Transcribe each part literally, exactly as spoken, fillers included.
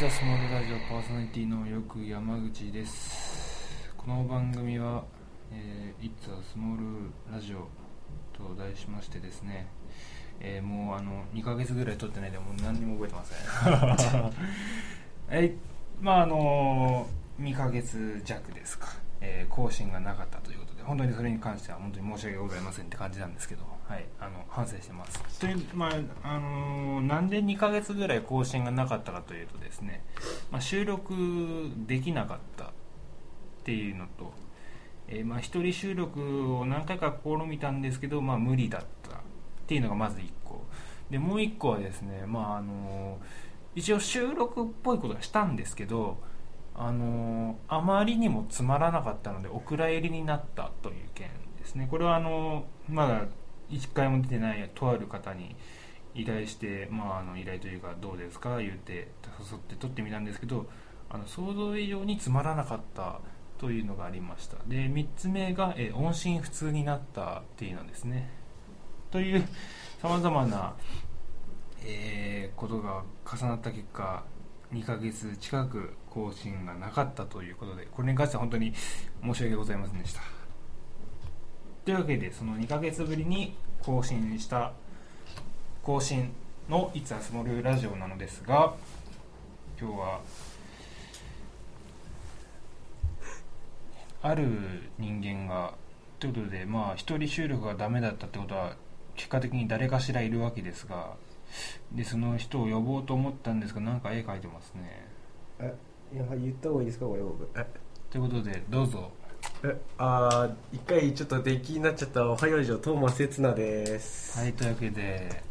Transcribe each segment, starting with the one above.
ザスモールラジオパーソナリティのよく山口です。この番組は、えー、It's a Small ラジオと題しましてですね、えー、もうあのにかげつぐらい撮ってないでもう何にも覚えてませんはい、まああのにかげつ弱ですか、えー、更新がなかったということで、本当にそれに関しては本当に申し訳ございませんって感じなんですけど、はい、あの反省してます。という、まああのー、なんでにかげつぐらい更新がなかったかというとですね、まあ、収録できなかったっていうのと、えー、まあ一人収録を何回か試みたんですけど、まあ、無理だったっていうのがまずいっこで、もういっこはですね、まああのー、一応収録っぽいことはしたんですけど、あのー、あまりにもつまらなかったのでお蔵入りになったという件ですね。これはあのー、まだいっかいも出てないとある方に依頼して、まあ、あの依頼というかどうですか言って誘って撮ってみたんですけど、あの想像以上につまらなかったというのがありました。でみっつめが、え音信不通になったっていうのですね。というさまざまな、えー、ことが重なった結果にかげつ近く更新がなかったということで、これに関しては本当に申し訳ございませんでした。というわけで、そのにかげつぶりに更新した更新のIt's a Smallラジオなのですが、今日はある人間がということで、まあ一人収録がダメだったってことは結果的に誰かしらいるわけですが、でその人を呼ぼうと思ったんですが、なんか絵描いてますね。 え、いや言った方がいいですかこれ僕。えということでどうぞ。 えあー一回ちょっと出来になっちゃったおはようじょトーマスエツナです。 はい、というわけで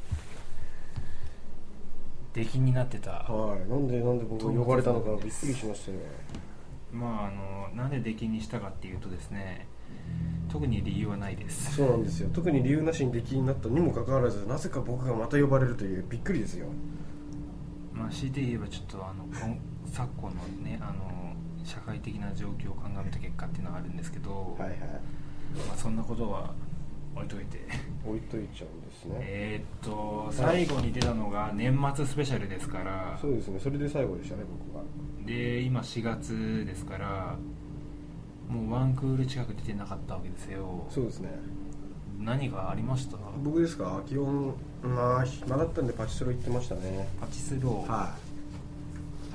出来になってた。 はい、なんでなんで僕呼ばれたのかびっくりしましたね。 まああのなんで出来にしたかっていうとですね、特に理由はないです。 そうなんですよ。特に理由なしに出来になったにもかかわらず、なぜか僕がまた呼ばれるというびっくりですよ。まあ強いて言えばちょっとあの昨今のね、あの社会的な状況を鑑みた結果っていうのはあるんですけど、 はいはい、 まあ、そんなことは置いといて置いといちゃうんですね。 えーっと最後に出たのが年末スペシャルですから。 そうですね、それで最後でしたね僕は。 で今しがつですから、もうワンクール近く出てなかったわけですよ。 そうですね。 何がありました？ 僕ですか、基本まあ暇だったんでパチスロ行ってましたね。 パチスロ、 はい、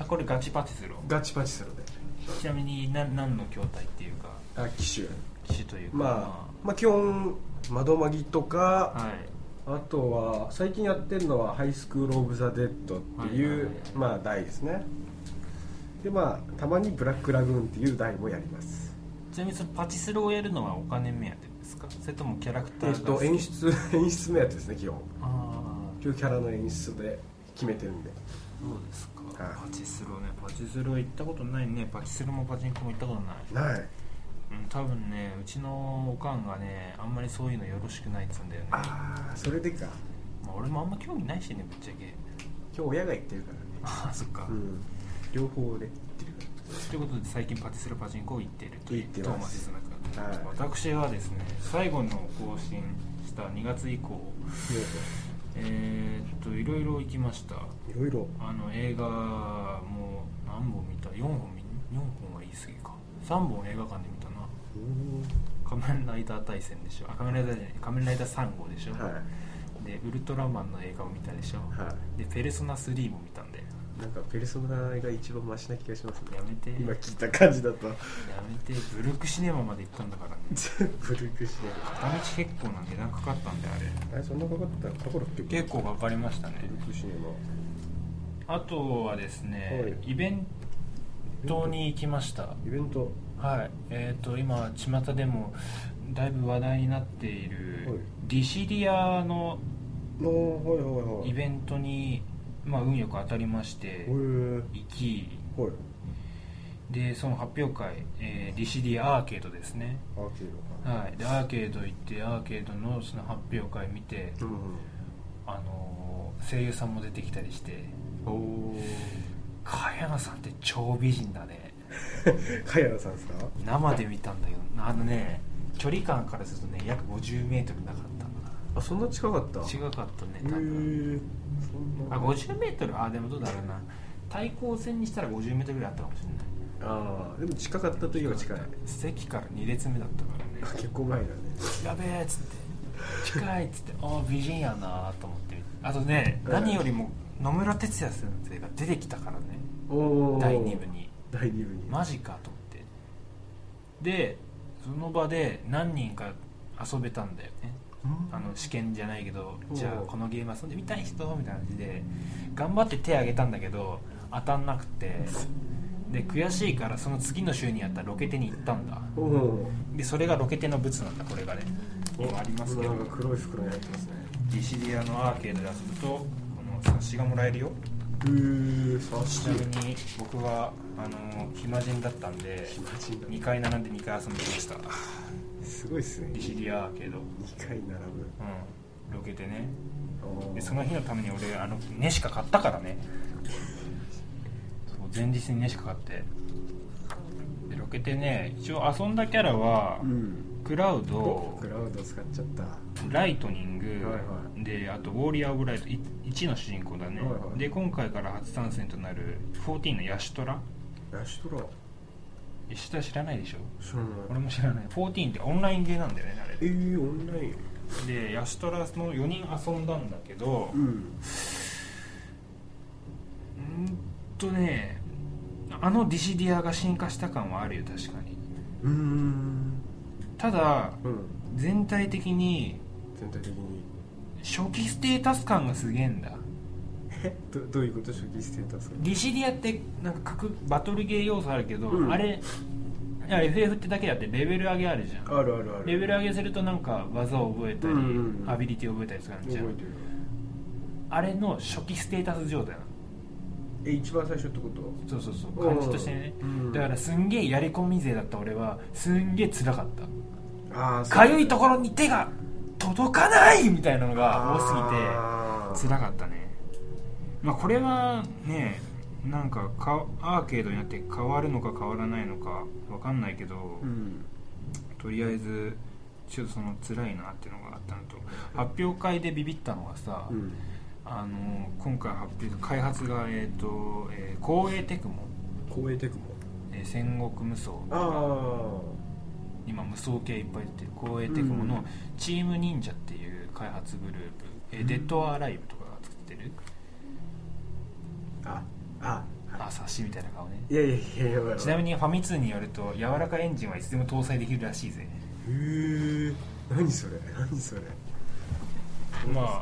あ、これガチパチスロ。 ガチパチスロで。 ちなみに何何の筐体っていうか、 あ、機種機種というか、 まあ、まあ基本窓マギとか、 はい、 あとは最近やってるのはハイスクールオブザ・デッドっていう、はいはいはい、まあ台ですね。でまあたまにブラックラグーンっていう台もやります。 ちなみにそのパチスロをやるのはお金目当てですか、それともキャラクターが、 えっと演出演出目当てですね。基本あキャラの演出で決めてるんで。 そうですか。 はい、 パチスロね、パチスロ行ったことないね。パチスロもパチンコも行ったことない。 ない。 うん、多分ね、うちのおかんがね、あんまりそういうのよろしくないっつうんだよね。 ああ、それでか。 まあ、俺もあんま興味ないしね、ぶっちゃけ。 今日親が言ってるからね。 ああ、そっか、 うん、両方で言ってるから。 ということで最近パチスロパチンコを行っているというトーマス・スナ君、はい、私はですね、最後の更新したにがつ以降、えー、っといろいろ行きました。 いろいろあの映画も何本見た？よんほん見よんほんは言い過ぎか。さんぼん映画館で見たな。仮面ライダー対戦でしょ。あ、仮面ライダーじゃない、仮面ライダーさん号でしょ、はい、でウルトラマンの映画を見たでしょ、はい、でペルソナスリーも見たんで、なんかペルソナが一番マシな気がしますね。 やめて、 今聞いた感じだとやめて。ブルックシネマまで行ったんだからねブルックシネマ片道結構な値段かかったんで、あれあれそんなかかったところって結構かかりましたね。 ブルックシネマ、あとはですね、はい、イベントに行きました。 イベント、 はい、えー、と今巷でもだいぶ話題になっている、はい、ディシリアのイベントに、まあ、運よく当たりまして行き、はい、でその発表会、えー、ディシリアアーケードですね。 アーケード、 はい、でアーケード行って、アーケードのその発表会見て、うん、あのー、声優さんも出てきたりして、お茅野さんって超美人だね茅野さんですか？ 生で見たんだけど、あのね、距離感からするとね約ごじゅうメートルなかったんだ。 あ、そんな近かった？ 近かったね、多分。あ、ごじゅうメートル、あ、でもどうだろうな、 対向線にしたらごじゅうメートルぐらいあったかもしれない。 ああでも近かったといえば近い。 席からに列目だったからね。 結構前だね。 やべえっつって近いっつってああ美人やなと思って。あとね、うん、何よりも野村哲也先生が出てきたからね。 おだいに部にだいに部にマジかと思って。でその場で何人か遊べたんだよね。あの試験じゃないけど、じゃあこのゲーム遊んでみたい人みたいな感じで頑張って手挙げたんだけど当たんなくて、で悔しいからその次の週にやったロケテに行ったんだ。でそれがロケテのブツなんだ。これがね今ありますけど、 なんか黒い袋に入ってますね。 ディシディアのアーケードで遊ぶとこの冊子がもらえるよ。 へー、冊子。 ちなみに僕はあの暇人だったんでにかい並んでにかい遊んできました。 すごいっすね。 ディシディアアーケードにかい並ぶ。 うん、ロケテね。でその日のために俺あのネシカ買ったからね。そう前日にネシカ買ってでロケテね、一応遊んだキャラは、うん、クラウドクラウド使っちゃった。 ライトニング、 はいはい、 であとウォーリアー・オブ・ライトいちの主人公だね、はいはい、で今回から初参戦となるじゅうよんのヤシトラ。 ヤシトラヤシトラ知らないでしょ。 知らない。 俺も知らない。じゅうよんってオンラインゲーなんだよねあれ。 えー、オンラインでヤシトラのよにん遊んだんだけど、うん、んとねあのディシディアが進化した感はあるよ確かに。 うーんただ、 うん、 全体的に全体的に初期ステータス感がすげえんだ。 え ど, どういうこと？初期ステータス。 ディシディアってなんか各バトルゲー要素あるけど、うん、あれいや エフエフ ってだけだってレベル上げあるじゃん。 あるあるある。 レベル上げするとなんか技を覚えたり、うんうんうん、アビリティを覚えたりするじゃん。 覚えてる。 あれの初期ステータス状態なの。 え一番最初ってこと？ そうそうそう感じとしてね、うん、だからすんげえやり込み勢だった俺はすんげえ辛かった。あかゆいところに手が届かないみたいなのが多すぎて辛かったね。まあこれはねなんかかアーケードになって変わるのか変わらないのか分かんないけど、うん、とりあえずちょっとその辛いなっていうのがあったのと、発表会でビビったのがさ、うん、あの今回発表開発がえっ、ー、と、えー、光栄テクモ光栄テクモ、 えー、戦国無双、 あ今無双系いっぱい出てる光栄テクモのチーム忍者っていう開発グループ、うん、えー、デッドアーライブとかが作ってる。 あああ察しみたいな顔ね。 いやいやいやいや。 ちなみにファミ通によると柔らかエンジンはいつでも搭載できるらしいぜ。 へえ何それ何それ。 まあ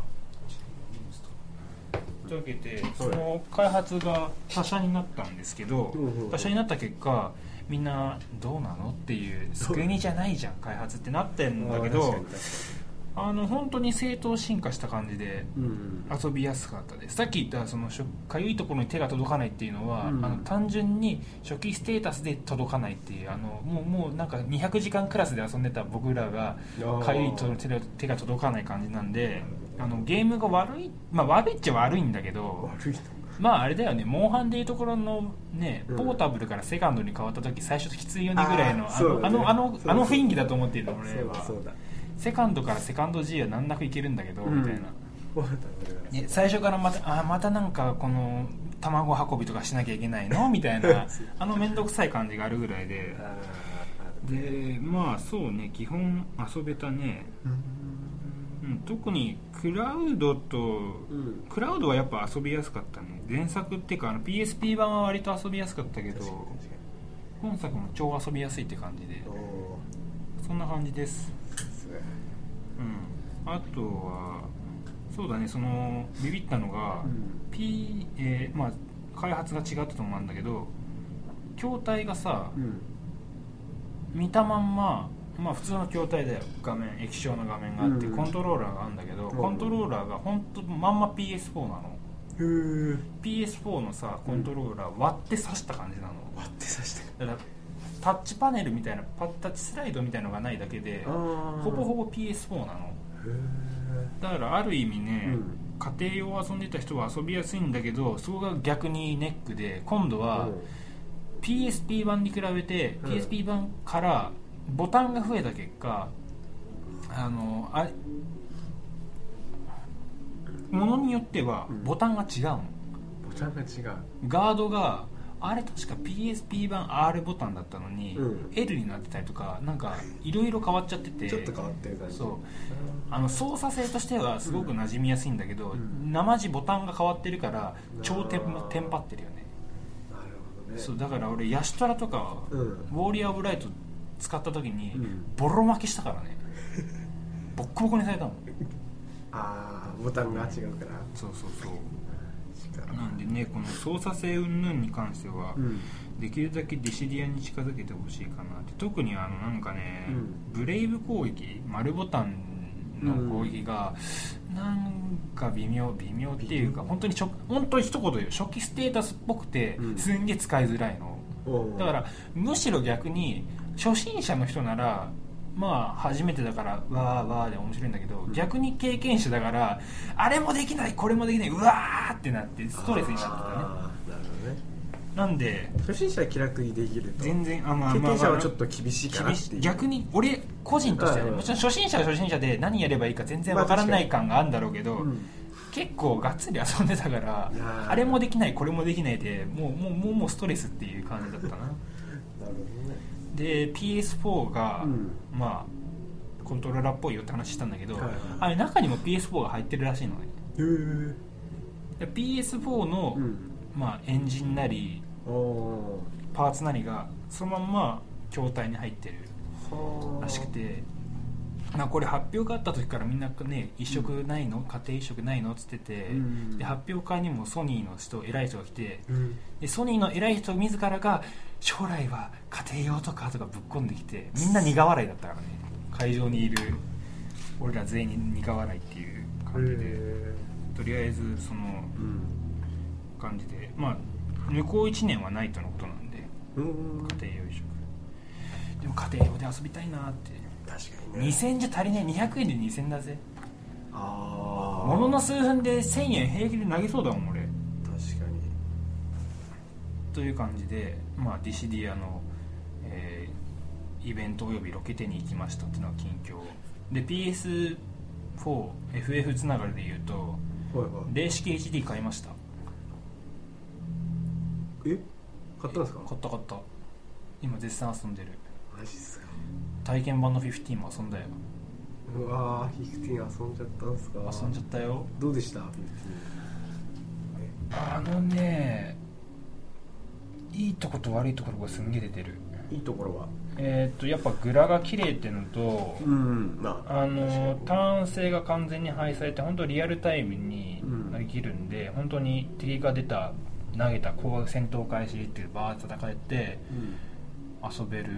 というわけでその開発が他社になったんですけど、他社になった結果みんなどうなのっていうスクエニじゃないじゃん開発ってなってんだけど、あの本当に正当進化した感じで遊びやすかったです、うん、さっき言ったそのかゆいところに手が届かないっていうのは、うん、あの単純に初期ステータスで届かないっていうあのもう、もうなんかにひゃくじかんクラスで遊んでた僕らがかゆいところに手が届かない感じなんで、あのゲームが悪い、まあ悪いっちゃ悪いんだけど、 悪いまああれだよね、モンハンでいうところのね、ポータブルからセカンドに変わった時最初きついよねぐらいのあの、あの、あの、あの雰囲気だと思っているの俺は。そうだセカンドからセカンド G は難なくいけるんだけど、うん、みたいな、ね、最初からまたあまたなんかこの卵運びとかしなきゃいけないのみたいなあの面倒くさい感じがあるぐらいででまあそうね基本遊べたね、うん、特にクラウドと、うん、クラウドはやっぱ遊びやすかったね。前作っていうかあの ピーエスピー 版は割と遊びやすかったけど本作も超遊びやすいって感じでそんな感じです。うん、あとはそうだね、そのビビったのが、うん P えーまあ、開発が違ったと思うんだけど筐体がさ、うん、見たまんま、まあ、普通の筐体だよ。画面液晶の画面があって、うん、コントローラーがあるんだけど、うん、コントローラーが本当まんま ピーエスフォー なの。へー ピーエスフォー のさコントローラー割って刺した感じなの。 割って刺してだからタッチパネルみたいなタッチスライドみたいのがないだけでほぼほぼ ピーエスフォー なの。だからある意味ね、うん、家庭用遊んでた人は遊びやすいんだけどそこが逆にネックで今度は ピーエスピー 版に比べて ピーエスピー 版からボタンが増えた結果あのあものによってはボタンが違うの、 ボタンが違う。 ガードがあれ確か ピーエスピー 版 R ボタンだったのに、うん、L になってたりとかなんかいろいろ変わっちゃってて、 ちょっと変わってる感じ。 そうあの操作性としてはすごく馴染みやすいんだけど、うん、生地ボタンが変わってるから超テンテンパってるよね。 なるほどね。 そうだから俺ヤシトラとか、うん、ウォーリアー・オブ・ライト使った時に、うん、ボロ負けしたからねボッコボコにされたもん。 ああボタンが違うから、 そうそうそうなんでね、この操作性云々に関しては、うん、できるだけディシディアに近づけてほしいかなって。特にあのなんかね、うん、ブレイブ攻撃丸ボタンの攻撃が、うん、なんか微妙微妙っていうか本当にちょ本当に一言で初期ステータスっぽくて、うん、すんげえ使いづらいの。だからむしろ逆に初心者の人ならまあ初めてだからわーわーで面白いんだけど、逆に経験者だからあれもできないこれもできないうわーってなってストレスになってたね。 なるほどね。 なんで初心者は気楽にできると全然あ、まあ、 経験者はちょっと厳しいかなっていう。 逆に俺個人としてはね、もちろん初心者は初心者で何やればいいか全然わからない感があるんだろうけど、まあうん、結構がっつり遊んでたからあれもできないこれもできないでもうもうもうもうストレスっていう感じだったな。なるほどね。で ピーエスフォー が、うん、まあコントローラーっぽいよって話したんだけど、はいはい、あれ中にも ピーエスフォー が入ってるらしいのね。へー。 ピーエスフォー の、うんまあ、エンジンなりパーツなりがそのまんま筐体に入ってるらしくて、まあ、これ発表があった時からみんなね一色ないの、うん、家庭一色ないのっつってて、うん、で発表会にもソニーの人偉い人が来て、うん、でソニーの偉い人自らが将来は家庭用とかとかぶっ込んできてみんな苦笑いだったからね。会場にいる俺ら全員苦笑いっていう感じでとりあえずその感じでまあ向こういちねんはないとのことなんで家庭用移植でも家庭用で遊びたいなって。 確かにね。 にせんじゃ足りねえ。にひゃくえんでにせんだぜ。ああものの数分でせんえん平気で投げそうだもん俺。確かに。 という感じで、まあ、ディシディアの、えー、イベントおよびロケテに行きましたっていうのが近況で ピーエスフォー エフエフ つながりで言うと、はいはい、零式 エイチディー 買いました。 え買ったんですか？ 買った買った。今絶賛遊んでる。 マジっすか？ 体験版のじゅうごも遊んだよ。 うわーじゅうご遊んじゃったんすか？ 遊んじゃったよ。 どうでした？じゅうごあのねいいとこと悪いところがすんげえ出てる。 いいところはえー、っとやっぱグラが綺麗っていうのと、うんまあ、あのターン性が完全に配されて本当リアルタイムにできるんで、うん、本当に敵が出た投げたこう戦闘開始っていうバーッと戦えて、うん、遊べる。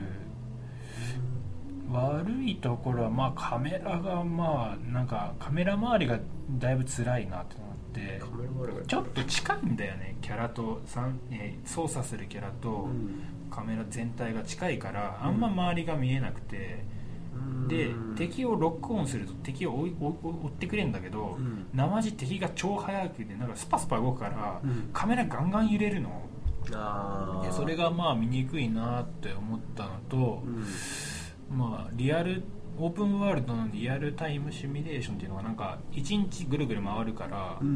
悪いところはまあカメラがまあなんかカメラ周りがだいぶ辛いなって思ってちょっと近いんだよねキャラと、えー、操作するキャラとカメラ全体が近いからあんま周りが見えなくて、うん、で敵をロックオンすると敵を追い追追ってくれるんだけど、うん、生地敵が超速くてなんかスパスパ動くから、うん、カメラガンガン揺れるの。あでそれがまあ見にくいなって思ったのと、うんまあ、リアルオープンワールドのリアルタイムシミュレーションっていうのがなんかいちにちぐるぐる回るから、うんうん、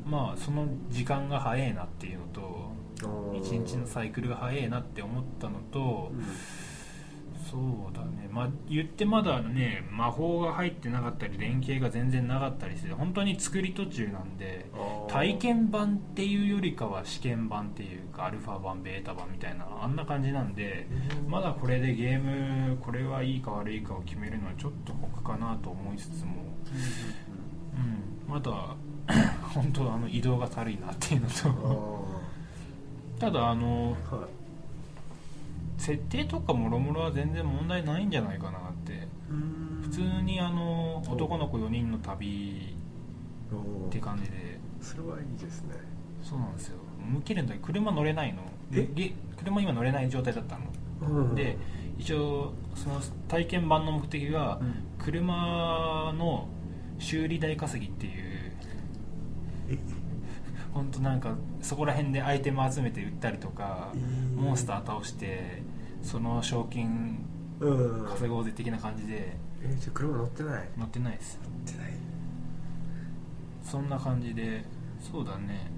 まあその時間が早いなっていうのといちにちのサイクルが早いなって思ったのと、うん、そうだね、まあ、言ってまだね魔法が入ってなかったり連携が全然なかったりして本当に作り途中なんで体験版っていうよりかは試験版っていうかアルファ版ベータ版みたいなあんな感じなんで、うん、まだこれでゲームこれはいいか悪いかを決めるのはちょっと酷かなと思いつつも、うん、まだ本当あの移動が軽いなっていうのとただあの、はい設定とかもろもろは全然問題ないんじゃないかなって普通にあの男の子よにんの旅って感じでそれはいいですね。 そうなんですよ。無期限の時車乗れないので車今乗れない状態だったの、うん、で一応その体験版の目的が車の修理代稼ぎっていう本当なんかそこら辺でアイテム集めて売ったりとか、モンスター倒してその賞金稼ごうぜ的な感じで。 えー、じゃあ車乗ってない？ 乗ってないです。 乗ってない。 そんな感じでそうだね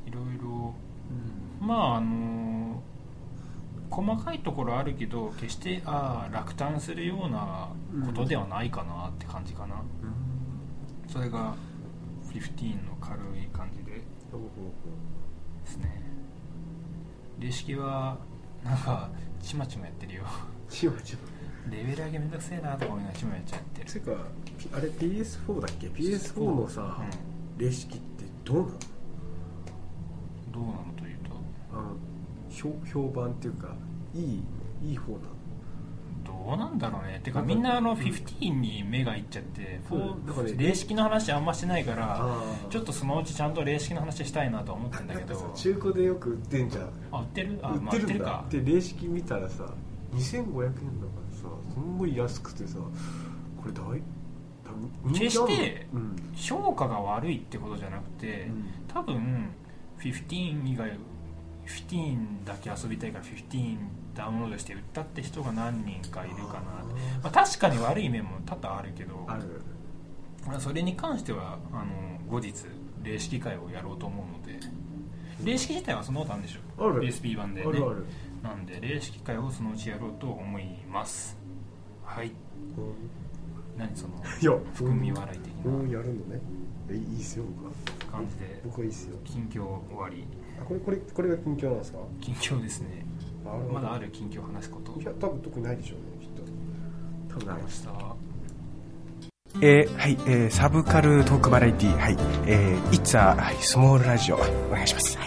いろいろ、うん、まああの細かいところあるけど決してあ落胆するようなことではないかなって感じかな、うん、それがじゅうごの軽い感じでですね。霊式はなんかちまちまやってるよ。 ちまちまレベル上げめんどくせえなとか思いながらちまやっちゃってる。 てかあれ ピーエスフォー だっけ？ ピーエスフォー のさ、うん、霊式ってどうなの？ どうなのというとあの 評, 評判っていうかいいいい方なの？ どうなんだろうね。てかみんなあのじゅうごに目がいっちゃって、うん、だからね、霊式の話あんましてないからちょっとそのうちちゃんと霊式の話したいなとは思ってるんだけど。 中古でよく売ってんじゃん。 あ売ってる？あ売ってるんだ、まあ、売ってるか。で霊式見たらさにせんごひゃくえんだからさすんごい安くてさこれ大決して評価が悪いってことじゃなくて、うん、多分じゅうご以外じゅうごだけ遊びたいからじゅうごダウンロードして売ったって人が何人かいるかな。まあ、確かに悪い面も多々あるけどある。 それに関してはあの後日霊式会をやろうと思うので、霊式自体はその他あるんでしょ。 あるピーエスピー 版でね。 あるある。 なんで霊式会をそのうちやろうと思います。はい、うん、何その含み笑い的な、 うん、やるのね。いいっすよ僕は感じで。 僕はいいっすよ。 近況終わり。 あこれこれこれが近況なんですか？ 近況ですね。まだある近況話すこと？ いや多分特にないでしょうねきっと。多分ない。 ました。 えー、はい、えー、サブカルトークバラエティー、はい、えー、It's a、はい、スモールラジオ、お願いします。はい。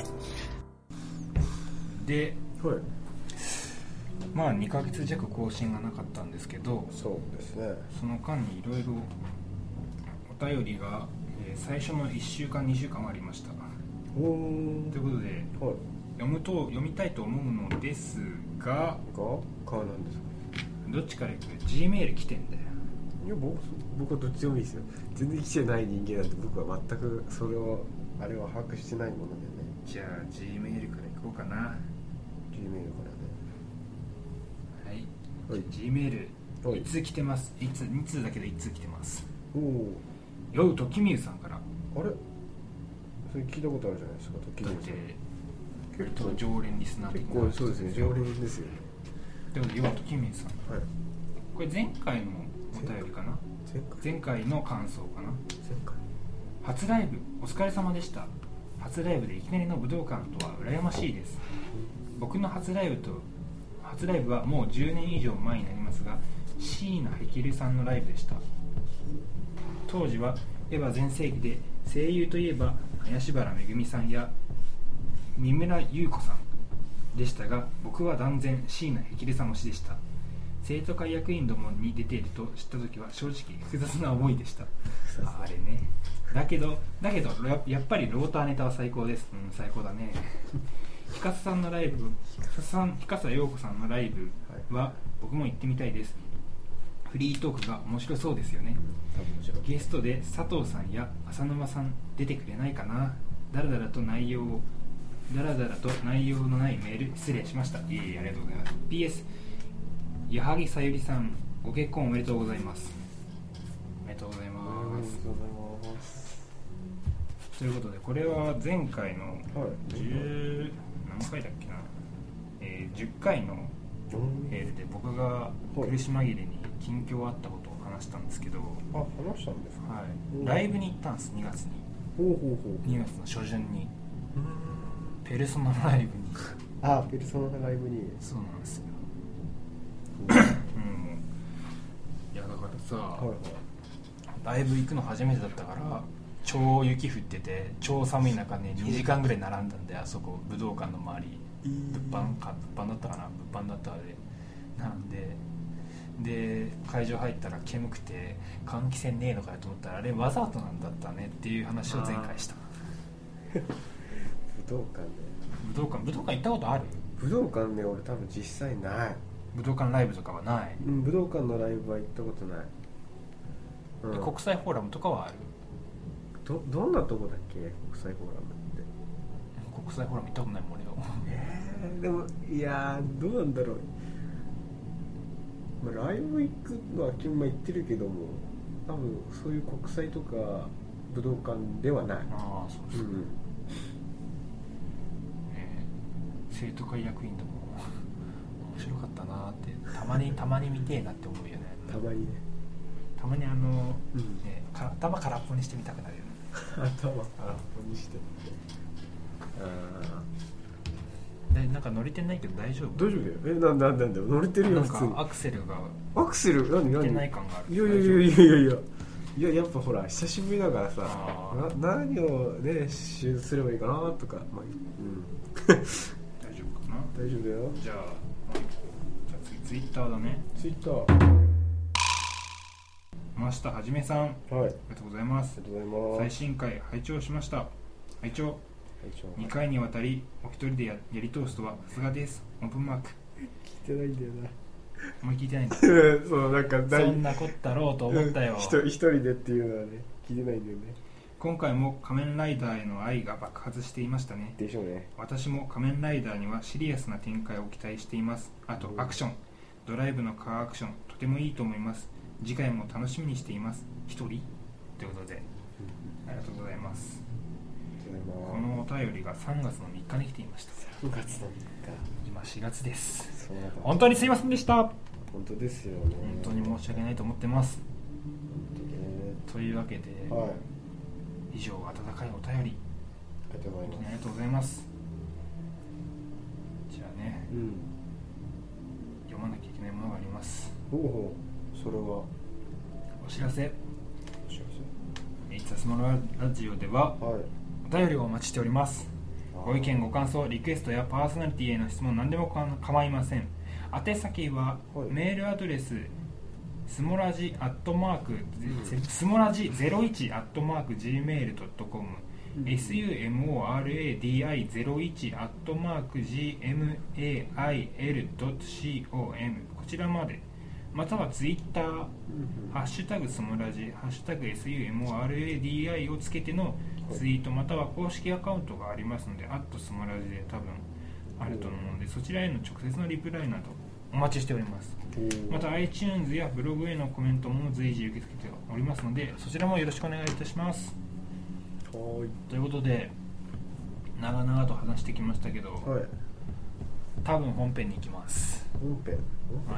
で、 はい、 まあにかげつ弱更新がなかったんですけど、 そうですね。 その間にいろいろお便りが、えー、最初のいっしゅうかんにしゅうかんはありました。 おーということで、はい、読むと読みたいと思うのですが、が、 がなんですか。 どっちからいく？ G メール来てんだよ。 いや 僕, 僕はどっちでもいいですよ。全然来てない人間なんて僕は全くそれをあれは把握してないものでね。 じゃあ G メールからいこうかな。 G メールからね。はい、はい、G メールいつ来てます。いつに通だけどいつ来てます。 おお。 ようときみゆさんから。 あれそれ聞いたことあるじゃないですか。ときみゆさん結構常連リスナー的な。 結構そうですね、常連ですよね。 ということでようときみゆさん、はい、これ前回のお便りかな。前 回, 前回の感想かな。 前回初ライブお疲れ様でした。初ライブでいきなりの武道館とは羨ましいです。僕の初ライブと初ライブはもうじゅうねん以上前になりますが、椎名ヘキルさんのライブでした。当時はエヴァ全盛期で、声優といえば林原めぐみさんや三村優子さんでしたが、僕は断然椎名ヘキルさん推しでした。生徒会役員どもに出ていると知った時は正直複雑な思いでした。あ, あれね。だけどだけどやっぱりローターネタは最高です。うん、最高だね。ひかささんのライブ、ひかさようこさんのライブは僕も行ってみたいです。フリートークが面白そうですよね。ゲストで佐藤さんや浅沼さん出てくれないかな。だらだらと内容をだらだらと内容のないメール失礼しました。いえいえ、ありがとうございます。 ピーエス 矢作さゆりさん、ご結婚おめでとうございます。おめでとうございます。ということで、これは前回のじゅう何回だっけな、えー、じゅっかいのメールで僕が苦し紛れに近況あったことを話したんですけど、 あ、話したんですか。 はい、ライブに行ったんです。にがつに。 ほうほうほう。 にがつの初旬にペルソナのライブに。 あ、ペルソナのライブに。 そうなんですよ。うん、いやだからさ、はいはい、ライブ行くの初めてだったから超雪降ってて超寒い中ねにじかんぐらい並んだんで、あそこ武道館の周り、物販か物販だったかな物販だったあれなんで、で会場入ったら煙くて換気扇ねえのかよと思ったら、あれわざとなんだったねっていう話を前回した。 武道館ね。 武道館武道館行ったことある？ 武道館ね、俺多分実際ない。 武道館ライブとかはない、 うん、武道館のライブは行ったことない、 うん、国際フォーラムとかはある？ ど, どんなとこだっけ国際フォーラムって。 国際フォーラム行ったことないもん俺よ。 えー、でもいやどうなんだろう、まあ、ライブ行くのは基本行ってるけども、多分そういう国際とか武道館ではない。 ああ、そうですね、 生徒会役員でも面白かったなってたまにたまに見てえなって思うよね。 たまにね、 たまにあの、 うんね、か頭空っぽにしてみたくなるよね。 頭空っぽにして。あでなんか乗れてないけど大丈夫？ 大丈夫だよ。え、なんだなんだよ、乗れてるよなん普通に。 かアクセルがアクセル何何？ 乗ってない感がある。 いやいやいやいやいやいや。いややっぱほら久しぶりだからさ、 あな何をね習すればいいかなとか、まあ、うん、 大丈夫かな。 大丈夫だよ。 じゃあもう一個、じゃあ次ツイッターだね。 ツイッター。 真下はじめさん、 はい。 ありがとうございます。 ありがとうございます。 最新回拝聴しました。拝聴。 はいにかいにわたりお一人で や, やり通すとはさすがです。オープンマーク。 聞いてないんだよな。 お前聞いてないんだ。 そうなんかそんなこったろうと思ったよ。 一人一人でっていうのはね聞いてないんだよね。 今回も仮面ライダーへの愛が爆発していましたね。 でしょうね。 私も仮面ライダーにはシリアスな展開を期待しています。あとアクション、ドライブのカーアクションとてもいいと思います。次回も楽しみにしています。一人ということで、ありがとうございます。このお便りがさんがつのみっかに来ていました。 さんがつのみっか、 今しがつです。 そうだ、 本当にすいませんでした。 本当ですよね。 本当に申し訳ないと思ってます。 本当ね。 というわけで、 はい、 以上温かいお便りありがとうございます。 ありがとうございます。じゃあね、 うん、 読まなきゃいけないものがあります。 ほうほう、それはお知らせ。 お知らせ。 いつスモールラジオでは、はい、お便りをお待ちしております。ご意見ご感想リクエストやパーソナリティへの質問何でも構いません。宛先は、はい、メールアドレススモラジアットマーク、うん、スモラジゼロいちアットマーク ジーメールドットコム、うん、エスユーエムオーアールエーディーアイゼロいちアットマーク ジーエムエーアイエルドットコム こちらまで、またはツイッター、うん、ハッシュタグスモラジハッシュタグ エスユーエムオーアールエーディーアイ をつけてのツイートまたは公式アカウントがありますので、アットスモラジで多分あると思うので、そちらへの直接のリプライなどお待ちしております。また iTunes やブログへのコメントも随時受け付けておりますので、そちらもよろしくお願いいたします。はい、ということで長々と話してきましたけど、はい、多分本編に行きます。 本編、 はい、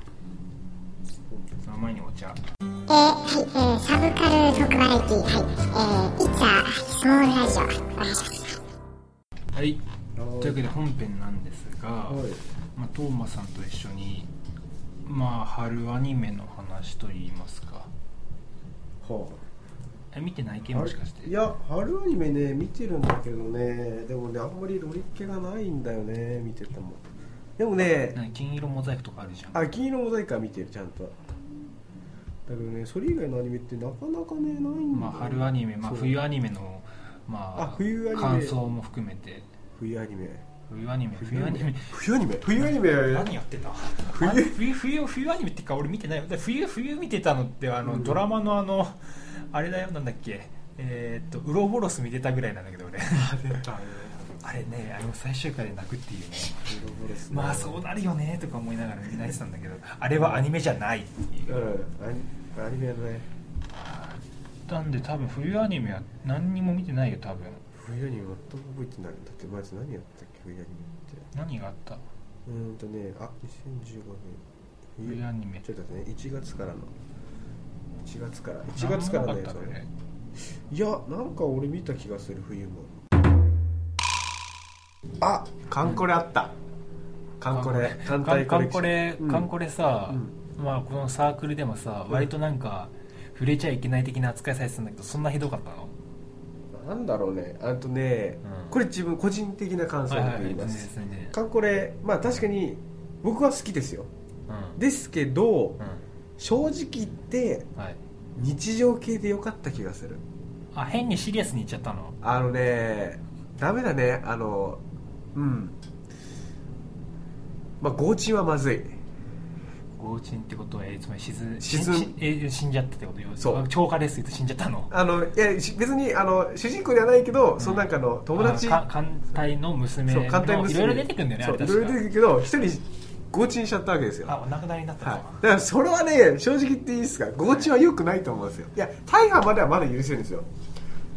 その前にお茶。 えー、はい、えー、サブカルトークバラエティー、はい、えー、いつはスモールラジオお願いします。 はい、というわけで本編なんですが、はい、まあ、トーマさんと一緒に、まあ、春アニメの話といいますか、はあ、え見てない系もしかして。 いや、春アニメね見てるんだけどね、でもねあんまりロリっ気がないんだよね、見てても。でもね、 金色モザイクとかあるじゃん。 あ、金色モザイクは見てるちゃんと。だけどね、それ以外のアニメってなかなかねないんだよね。 まあ、春アニメ、まあ、冬アニメの、まあ、 あ、冬アニメ感想も含めて。 冬アニメ冬アニメ冬アニメ冬アニメ冬アニメ何やってた冬冬冬冬アニメってか俺見てないよ。冬冬見てたのってあの、うん、ドラマのあのあれだよ、なんだっけ、えー、っとウロボロス見てたぐらいなんだけど俺。あれね、あの最終回で泣くっていうね。ウロボロスね、まあそうなるよねとか思いながら見泣いてたんだけど、あれはアニメじゃないっていう、うん、 アニメやね。 なんで多分冬アニメは何にも見てないよ多分。 冬アニメ全く覚えてない。だってまず何やったっけ冬アニメって。 何があった？ うーんとね、あ、にせんじゅうごねん冬アニメちょっと待ってね、いちがつからのいちがつからいちがつからね、それいや、なんか俺見た気がする。冬もあ、カンコレあった。カンコレカンコレカンコレさ、うん、まあこのサークルでもさ、割となんか触れちゃいけない的な扱いされてたんだけど、そんなひどかったの？ なんだろうね、あとね、うん、これ自分個人的な感想だと言います。カンコレ、まあ確かに僕は好きですよ、うん、ですけど、うん、正直言って、はい、日常系で良かった気がする。 あ、変にシリアスにいっちゃったの？ あのね、ダメだね、あのうんまあ強沈はまずい。 強沈ってことは、えー、つまり沈沈死、えー、死んじゃったってことよ。そう、超過冷水と死んじゃったの？ あのいや別にあの主人公ではないけど、うん、そのなんかの友達、 艦隊の娘のいろいろ出てくるんだよね。 そう、いろいろ出てくるけど一人強沈しちゃったわけですよ。 あ、お亡くなりになったの、はい、 だからそれはね、正直言っていいですか、強沈は良くないと思うんですよ。いや、大河まではまだ許せるんですよ。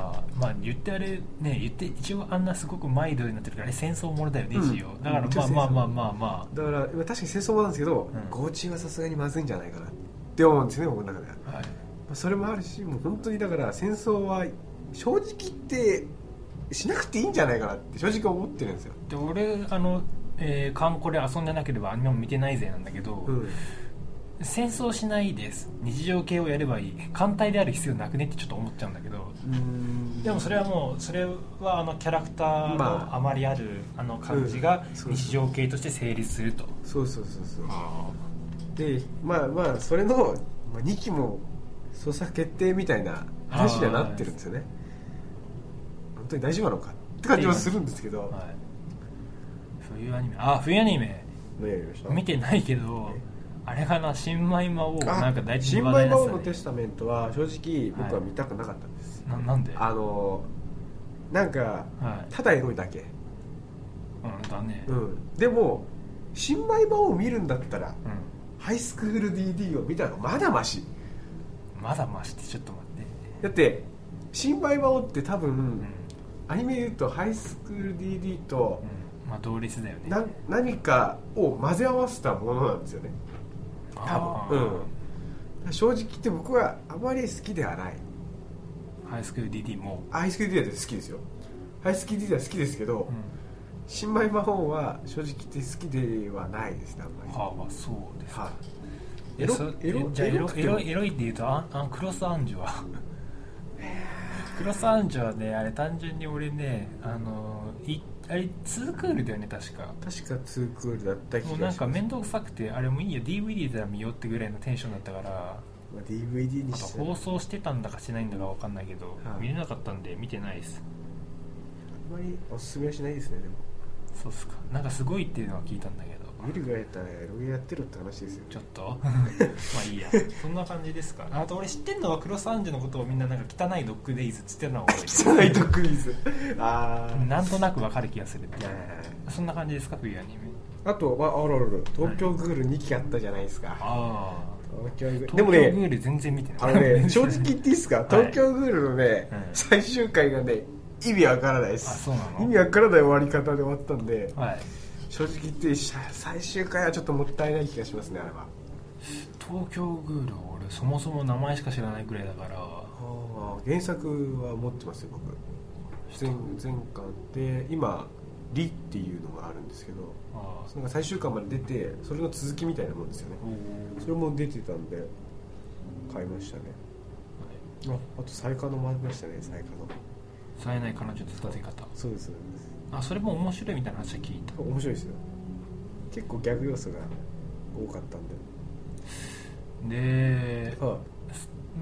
あまあ言ってあれね言って一応あんなすごくマイルドになってるからあれ戦争ものだよね、うん、一応だからまあまあまあまあまあだから確かに戦争もなんですけど、うん、ゴーチンはさすがにまずいんじゃないかなって思うんですね僕の中では、はい、それもあるしもう本当にだから戦争は正直言ってしなくていいんじゃないかなって正直思ってるんですよ。 で俺あの、えー、カンコレ遊んでなければアニメも見てないぜなんだけど、うん、戦争しないです日常系をやればいい艦隊である必要なくねってちょっと思っちゃうんだけどうーんでもそれはもうそれはあのキャラクターのあまりあるあの感じが日常系として成立すると、 そうそうそうそうでまあまあそれのにきも捜査決定みたいな話にはなってるんですよね。本当に大丈夫なのかって感じはするんですけど、はい、 冬アニメあ冬アニメ見てないけどあれかな新米魔王なんか大事な話題ですね。新米魔王のテスタメントは正直僕は見たくなかったんです、 はい、な, なんであのなんか、はい、ただエロいだけうんだね、 うん、でも新米魔王を見るんだったら、うん、ハイスクール ディーディー を見たのがまだマシまだマシってちょっと待ってだって新米魔王って多分、うん、アニメで言うとハイスクール ディーディー と、 うんまあ、同率だよねな何かを混ぜ合わせたものなんですよね多分、うん、正直言って僕はあまり好きではない。 ハイスクール ディーディー もハイスクール ディーディー って好きですよ。ハイスクール ディーディー は好きですけど、うん、新米魔法は正直言って好きではないですねあんまり。 はあそうですか、はあ、 エロエロじゃあエロエロエロいって言うとああクロスアンジュはクロスアンジュはねあれ単純に俺ねあのいあれにクールだよね確か確かにクールだった気がします。 もうなんか面倒くさくてあれもいいよ ディーブイディー で見ようってぐらいのテンションだったから、 まあ、ディーブイディー にして放送してたんだかしてないんだか分かんないけど、はあ、見れなかったんで見てないです。 あんまりおすすめはしないですね。でもそうっすかなんかすごいっていうのは聞いたんだけど見るぐらいやったらエロゲやってるって話ですよ。 ちょっとまあいいやそんな感じですか。あと俺知ってんのはクロスアンジュのことをみんななんか汚いドッグデイズっつってるのは覚えてる汚いドッグデイズあなんとなく分かる気がするってそんな感じですか冬アニメ。 あとああららら東京グールにきあったじゃないですか、はい、あ東京グールでもね東京グール全然見てないあのね正直言っていいですか東京グールのね、はい、最終回がね意味わからないです。 あそうなの。 意味わからない終わり方で終わったんで、 はい、 正直言って最終回はちょっともったいない気がしますねあれは。 東京グール俺そもそも名前しか知らないくらいだからあ原作は持ってますよ僕。前, 前巻で今リっていうのがあるんですけどあそれが最終巻まで出てそれの続きみたいなもんですよね。それも出てたんで買いましたね、はい、あ, あとサイカノもありましたね。サイカノ冴えない彼女の育て方。 そうですね。 あそれも面白いみたいな話は聞いた。 面白いですよ。結構ギャグ要素が多かったんでで、はい、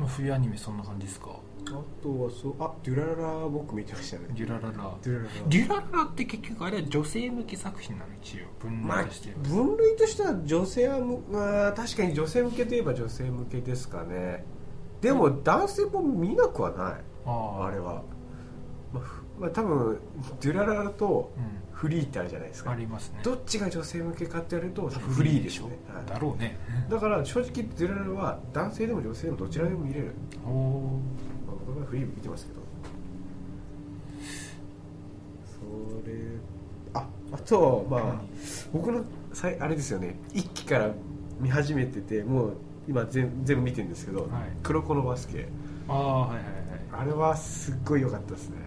冬アニメそんな感じですか。 あとはそうあデュラララ僕見てましたね。 デュラララデュラララデュラララって結局あれは女性向け作品なの一応分類としては、 まあ、分類としては女性は、まあ、確かに女性向けといえば女性向けですかね。でも男性も見なくはない。あ, あれはまあまあ、多分デュラララとフリーってあるじゃないですか、 うん、ありますね。 どっちが女性向けかってやると多分フリーでしょうね、 はい、だろうね。 だから正直デュラララは男性でも女性でもどちらでも見れる。お、まあ、僕はフリー見てますけどそれ あ, あとまあ、うん、僕のあれですよねいっきから見始めててもう今 全, 全部見てるんですけど、はい、黒子のバスケああはいはいはいあれはすっごい良かったですね。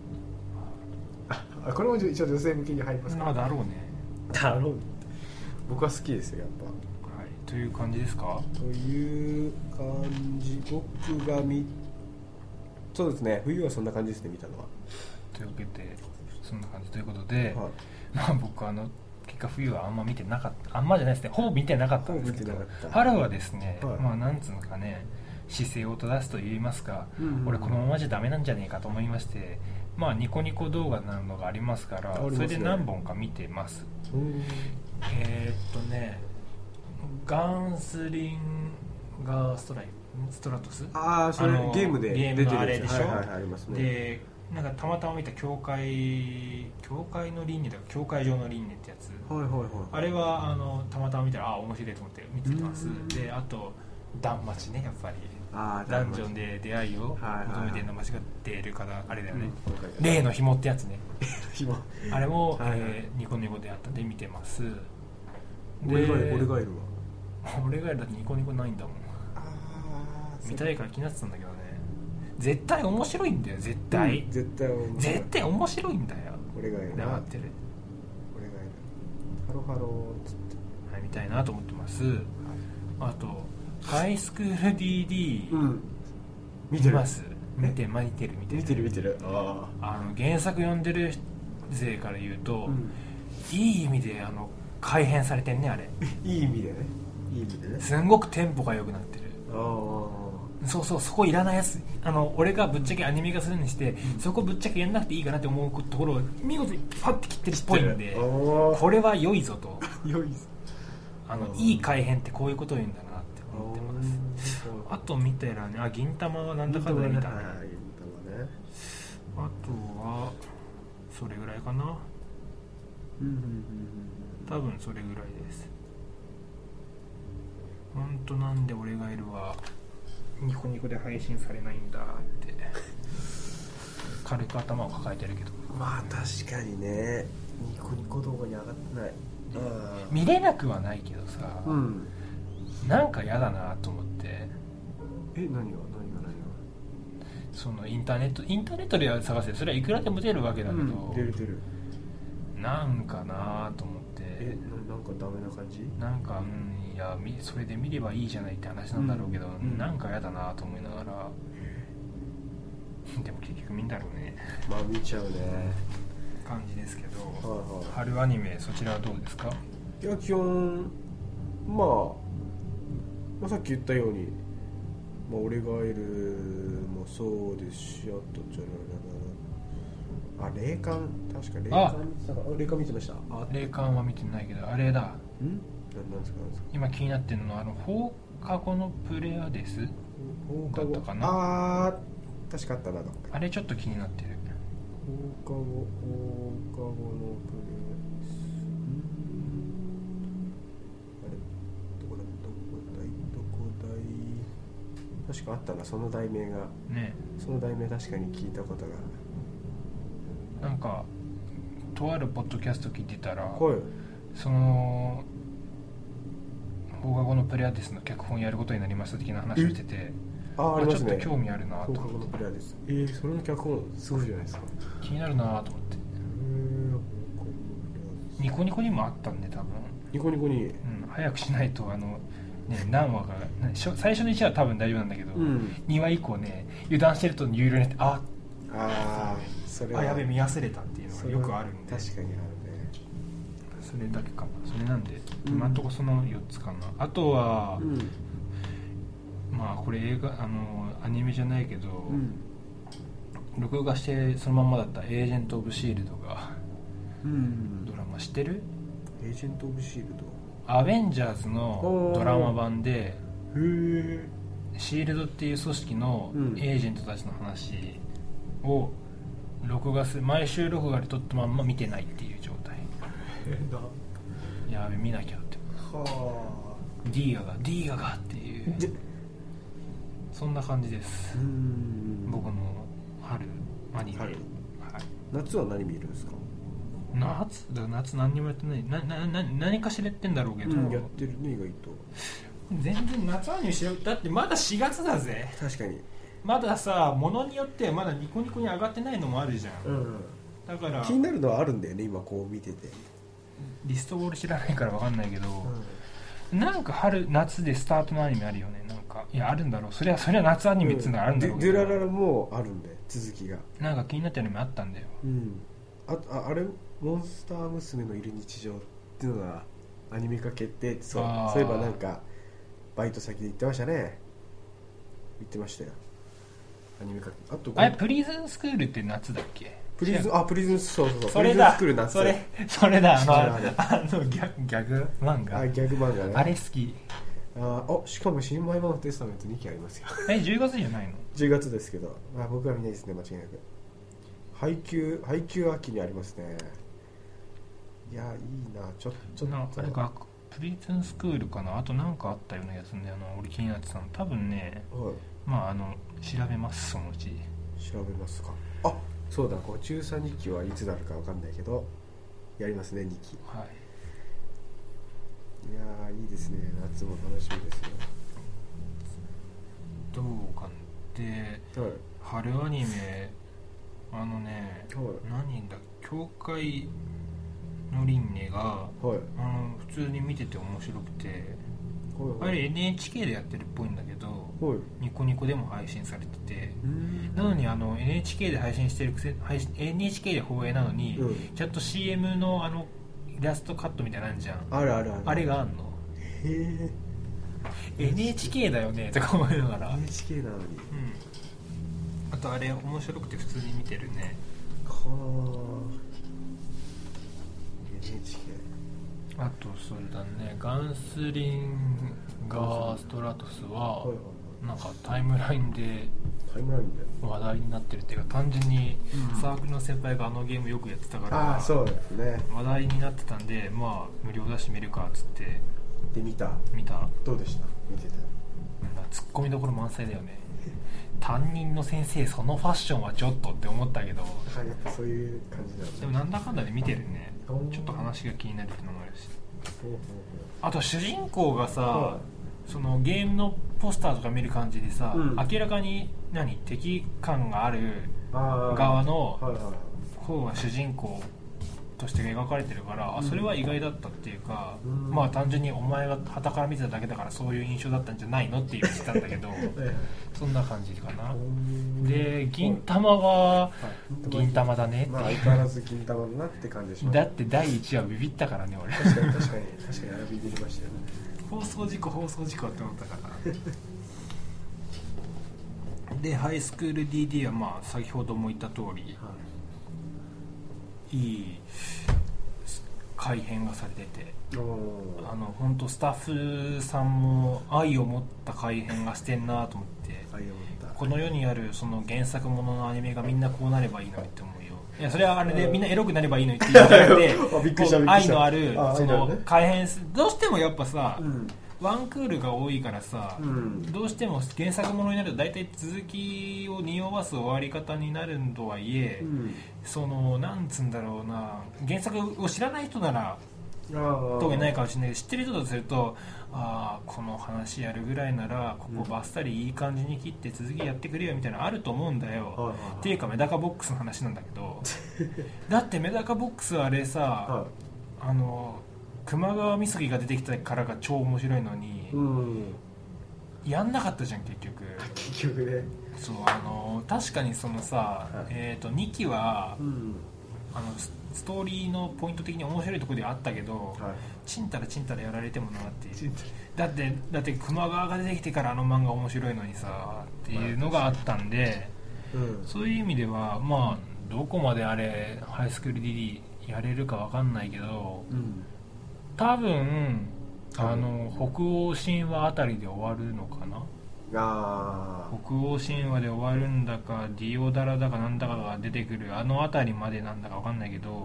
あこれも一応女性向けに入りますか。 あだろうね。 だろう。僕は好きですよやっぱ。はい。という感じですか。 という感じ。僕が見そうですね冬はそんな感じですね見たのは。 というわけでそんな感じということで、はい、まあ僕あの結果冬はあんま見てなかったあんまじゃないですねほぼ見てなかったんですけど春はですね、はい、まあなんつうのかね姿勢を正すと言いますか、うんうんうん、俺このままじゃダメなんじゃねえかと思いましてまあニコニコ動画なのがありますから、ね、それで何本か見てます。えー、っとねガンスリンガーストライストラトスああそれゲームで出てるあれでしょ、はいはいはい、ありますね。 でなんかたまたま見た教会教会の輪廻だか教会上の輪廻ってやつ、 はいはいはい、 あれはあのたまたま見たらあ面白いと思って見てます。であとダンマチね、やっぱりあダンジョンで出会いを求めてるの間違ってるからあれだよね、うん、例の紐ってやつねあれも、はいはい、えー、ニコニコであったんで見てます。 俺がいる俺がいるわ俺がいるだってニコニコないんだもん。あ見たいから気になってたんだけどね。絶対面白いんだよ絶対、 うん、絶対面白い絶対面白いんだよ。 俺がいるな黙ってる俺がいるハロハローつって、 はい、見たいなと思ってます、はい、あとハイスクール ディーディー、うん、 見てます見て見てる見てる見てる見てるああの原作読んでる勢から言うと、うん、いい意味であの改変されてんねあれいい意味でねいい意味でねすんごくテンポが良くなってる。あそうそうそこいらないやつあの俺がぶっちゃけアニメ化するにして、うん、そこぶっちゃけやんなくていいかなって思うところを見事にパッて切ってるっぽいんでこれは良いぞと良いぞあのいい改変ってこういうことを言うんだなって思ってます。あと見たらねあ銀玉はなんだかんだ見たね、ね、あとはそれぐらいかな、うんうんうん、多分それぐらいです。ほんとなんで俺がいるはニコニコで配信されないんだって軽く頭を抱えてるけどまあ確かにねニコニコ動画に上がってない見れなくはないけどさ、うん、なんか嫌だなと思って。 え何が何が何がそのインターネットインターネットで探せそれはいくらでも出るわけだけど、うん、 出る出るなんかなと思ってえな、なんかダメな感じなんかうんいやそれで見ればいいじゃないって話なんだろうけど、うん、なんか嫌だなと思いながらでも結局見んだろうねまあ見ちゃうね感じですけど、 はいはい、 春アニメそちらはどうですか？ いや基本、まあ、まあさっき言ったように、まあ、俺がいるもそうですしあとじゃらららあ霊感確か霊感見てたか霊感見てましたあ霊感は見てないけどあれだんなんですかなんですか今気になってるのはあの放課後のプレアデスだったかなああ確かあったなあれちょっと気になってる放課後放課後のプレアデスあれどこだどこだいどこだい確かあったなその題名がねその題名確かに聞いたことがなんかとあるポッドキャスト聞いてたら、 はい、 その放課後のプレアデスの脚本やることになりました的な話をしててあありますね、 ちょっと興味あるなと思って。 放課後のプレアデスえー、それの脚本すごいじゃないですか気になるなと思ってニコニコにもあったんで多分ニコニコに、うん、 早くしないとあの、ね、何話か最初のいちわは多分大丈夫なんだけど、うん、にわ以降ね油断してると有料になってああそれはあやべ見忘れたっていうのがよくあるんで確かにあるねそれだけかなそれなんで、うん、今んとこそのよっつかなあとは、うんまあこれ映画あのアニメじゃないけど、うん、録画してそのまんまだったエージェント・オブ・シールドが、うん、ドラマ知ってる？ エージェント・オブ・シールドアベンジャーズのドラマ版でへーシールドっていう組織のエージェントたちの話を録画する毎週録画で撮ったまんま見てないっていう状態やべ見なきゃってはディーガがディーガがっていうそんな感じです。うん僕の春アニメ、はい、 夏は何見るんですか？ 夏だ夏何にもやってないななな何かしらやってんだろうけど、うん、 やってるね意外と全然夏アニメしろだってまだしがつだぜ。 確かにまださものによってまだニコニコに上がってないのもあるじゃん、うんうん、だから気になるのはあるんだよね今こう見ててリストボール知らないから分かんないけど、うん、なんか春夏でスタートのアニメあるよねなんかいやあるんだろうそりゃそりゃ夏アニメっていうのがあるんだろうけど、 うん、デュラララもあるんで続きがなんか気になったアニメあったんだよ、 うん、あ, あ, あれモンスター娘のいる日常っていうのがアニメ化決定ってそうそういえばなんかバイト先で言ってましたね言ってましたよアニメ化あとあれプリズンスクールって夏だっけプリズンあプリズンそうそうそうそれだプリズンスクール夏それそれだあのあのギャギャグ漫画あギャグ漫画ねあれ好きああしかも新米マンテスタメントにきありますよえじゅうがつじゃないのじゅうがつですけど、まあ、僕は見ないですね間違いなく配給配給秋にありますねいやいいなちょっとあれかプリズンスクールかな、あとなんかあったようなやつね、あの俺気になってたの多分ね、 はい、 まああの調べますそのうち。 調べますか。あ、そうだ、こう中さん日記はいつなるかわかんないけどやりますね、にき。 はい。 いやーいいですね、夏も楽しみですよ。 どうかで、はい、春アニメあのね、はい、何だ教会の輪廻が、はい、あの普通に見てて面白くて、はいはい、あれ エヌエイチケー でやってるっぽいんだけど、はい、ニコニコでも配信されてて、なのにあの エヌエイチケー で配信してるくせ エヌエイチケー で放映なのに、うん、ちゃんと シーエム のあのイラストカットみたいなのあるじゃん。 あるあるある。 あれがあんの。へえ。エヌエイチケー だよねとか思いながら。 エヌエイチケー なのに、うん、 あとあれ面白くて普通に見てるね。 はあ。 エヌエイチケー。 あとそれだね、ガンスリンガーストラトスはなんかタイムラインで話題になってるっていうか、単純にサークルの先輩があのゲームよくやってたから、 うん、あ、そうですね、 話題になってたんで、まあ無料だし見るかっつってで見た見た。 どうでした？見てた。 ツッコミどころ満載だよね。担任の先生そのファッションはちょっとって思ったけど、 やっぱそういう感じだよね。 でもなんだかんだで見てるね。ちょっと話が気になるってのもあるし、あと主人公がさ、そのゲームのポスターとか見る感じでさ、うん、明らかに何敵感がある側の方が主人公として描かれてるから、うん、あ、それは意外だったっていうか、うん、まあ単純にお前が傍から見てただけだからそういう印象だったんじゃないのって言ってたんだけどそんな感じかな。で、銀玉は銀玉だねって、 まあ、相変わらず銀玉だなって感じします。 だってだいいちわビビったからね俺。 確かに確かに確かにあれビビりましたよね。 放送事故放送事故って思ったからでハイスクール ディーディー はまあ先ほども言った通り、はい、いい改編がされてて、あの本当スタッフさんも愛を持った改編がしてんなと思って、この世にあるその原作もののアニメがみんなこうなればいいのにって思うよ。いやそれはあれでみんなエロくなればいいのにって言うんじゃなくて愛のあるその改編、どうしてもやっぱさ、うん、ワンクールが多いからさ、うん、どうしても原作ものになると大体続きを匂わす終わり方になるとはいえ、うん、そのなんつうんだろうな、原作を知らない人なら特にないかもしれないけど、知ってる人だとすると、ああこの話やるぐらいならここバッサリいい感じに切って続きやってくれよみたいなのあると思うんだよ、はいはいはい、っていうかメダカボックスの話なんだけどだってメダカボックスはあれさ、はい、あの熊川みそぎが出てきたからが超面白いのに、うん、やんなかったじゃん結局。 結局ね。 そう、あの確かにそのさ、はい、えーとにきは、うん、あのストーリーのポイント的に面白いところではあったけど、はい、ちんたらちんたらやられてもなっていう。だってだって熊川が出てきてからあの漫画面白いのにさっていうのがあったんで、うん、そういう意味ではまあどこまであれハイスクール ディーディー やれるかわかんないけど、うん、多分あの北欧神話あたりで終わるのかな。 あ北欧神話で終わるんだかディオダラだかなんだかが出てくるあのあたりまでなんだかわかんないけど、うん、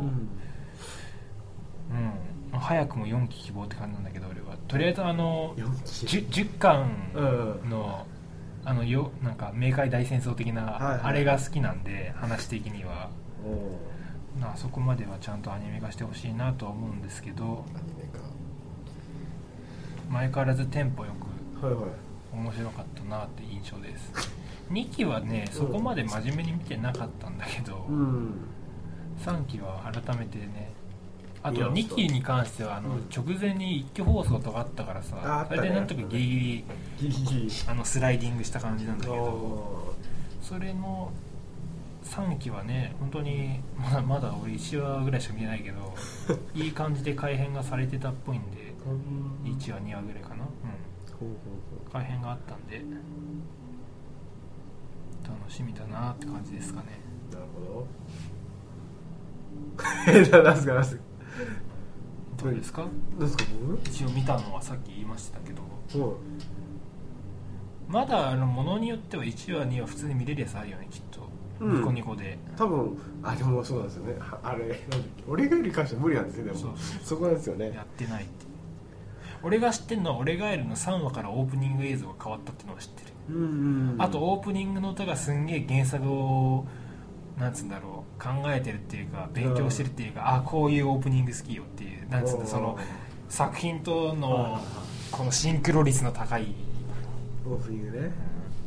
うん、早くもよんき希望って感じなんだけど俺はとりあえずあの 10, じゅっかんの、うん、あのよなんか冥界大戦争的なあれが好きなんで、はいはい、話的にはあそこまではちゃんとアニメ化してほしいなとは思うんですけど、アニメ化相変わらずテンポよく、はいはい、面白かったなって印象です。にきはねそこまで真面目に見てなかったんだけど、うん、さんきは改めてね、あとにきに関してはあの直前に一挙放送とかあったからさ、それでなんとかギリギリギリギリあのスライディングした感じなんだけど、それのさんきはね本当にまだまだ俺いちわぐらいしか見てないけどいい感じで改編がされてたっぽいんでいちわにわぐらいかな、うん、ほうほうほう改編があったんで楽しみだなって感じですかね。 なるほど何すか何すかどうですか。 何すか僕一応見たのはさっき言いましたけど、まだあのものによってはいちわにわ普通に見れるやつあるよねきっと、うん、ニコニコで多分。あでもそうなんですよね、あれなんだっけ、俺がより関しては無理なんですよ。でも そ, うそうそこなんですよね、 やってないって。 俺が知ってるのは俺ガエルのさんわからオープニング映像が変わったっていうのを知ってる、 うんうんうん、 あとオープニングの歌がすんげえ原作をなんつうんだろう考えてるっていうか勉強してるっていうか、うん、あこういうオープニング好きよっていうなんつうんだその作品とのこのシンクロ率の高いオープニングね、うん、はい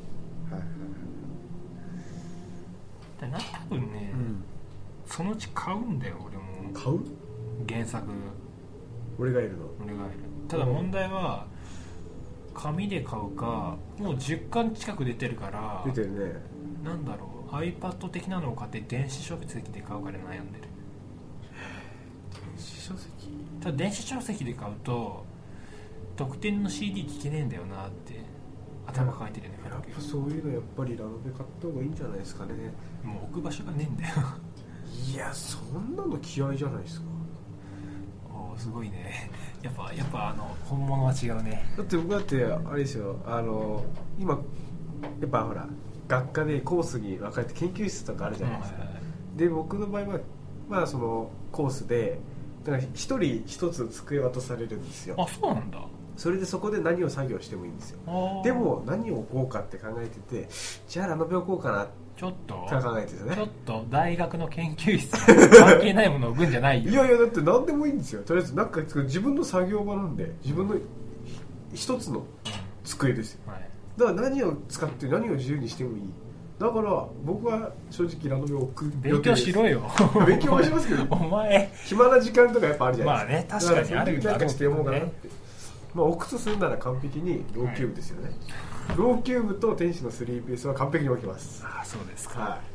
はいはい多分ね、うん、そのうち買うんだよ俺も買う原作俺がいるの俺がいるただ問題は紙で買うかもうじゅっかん近く出てるから出てるねなんだろう iPad 的なのを買って電子書籍で買うかで悩んでる電子書籍ただ電子書籍で買うと特典の シーディー 聞けねえんだよなって頭抱えてるよねやっぱそういうのやっぱりラノベ買った方がいいんじゃないですかねもう置く場所がねえんだよいやそんなの気合いじゃないですかおすごいねやっぱやっぱあの本物は違うねだって僕だってあれですよあの今やっぱほら学科でコースに分かれて研究室とかあるじゃないですか、うんはいはい、で僕の場合はまあそのコースでだから一人一つ机渡されるんですよあそうなんだそれでそこで何を作業してもいいんですよでも何を置こうかって考えててじゃあラノベ置こうかなってちょっと考えてるねちょっと大学の研究室関係ないものを置くんじゃないよいやいやだって何でもいいんですよとりあえずなんか自分の作業場なんで自分の一つの机ですよ、うんはい、だから何を使って何を自由にしてもいいだから僕は正直ラノベを置く勉強しろよ勉強はしますけどお前暇な時間とかやっぱあるじゃないですかまあね確かにあるんだろうけどねして読もうかなって、まあ、置くとするなら完璧にローキューブですよね、はい、ローキューブと天使のスリーピースは完璧に置きますああそうですか、 はい、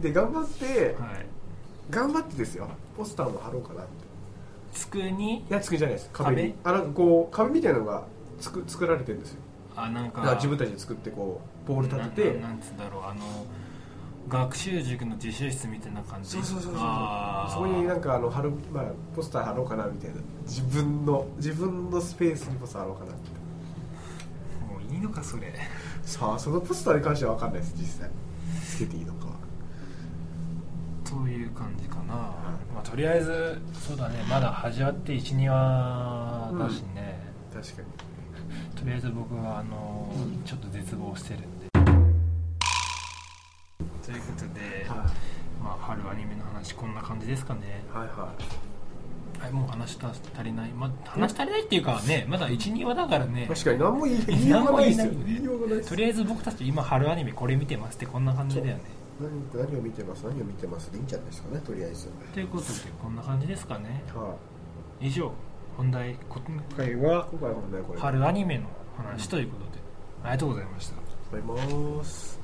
で頑張って、はい、頑張ってですよポスターも貼ろうかなって机にいや机じゃないです壁にあなんかこう壁みたいなのがつく作られてるんですよあなんかだから自分たちで作ってこうポール立ててな, な, なんつうんだろうあの学習塾の自習室みたいな感じそうそうそうそうそこになんかあの貼る、まあ、ポスター貼ろうかなみたいな自分の自分のスペースにポスター貼ろうかなってもういいのかそれさあそのポスターに関しては分かんないです実際つけていいのかはという感じかな、まあ、とりあえずそうだねまだ始まって いち,に 話だしね、 うん、確かにとりあえず僕はあの、うん、ちょっと絶望してるんでということで、はいまあ、春アニメの話こんな感じですかねはいはいはいもう話足りない、まあ、話足りないっていうかねまだ いち,に 話だからね確かに何も言いようがないですよねとりあえず僕たち今春アニメこれ見てますってこんな感じだよね何, 何を見てます何を見てますでいいんじゃないですかねとりあえずということでこんな感じですかね、 はい、以上本題今回は春アニメの話ということで、うん、ありがとうございましたありがとうございます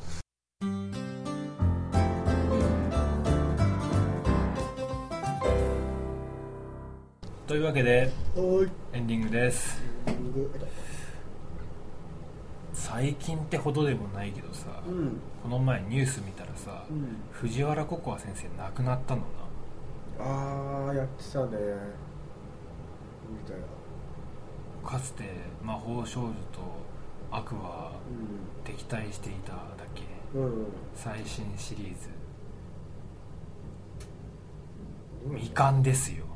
というわけでエンディングです最近ってほどでもないけどさ、うん、この前ニュース見たらさ、うん、藤原ココア先生亡くなったのなあーやってたねみたいなかつて魔法少女と悪は敵対していただけ、うん、最新シリーズ、うん、未完ですよ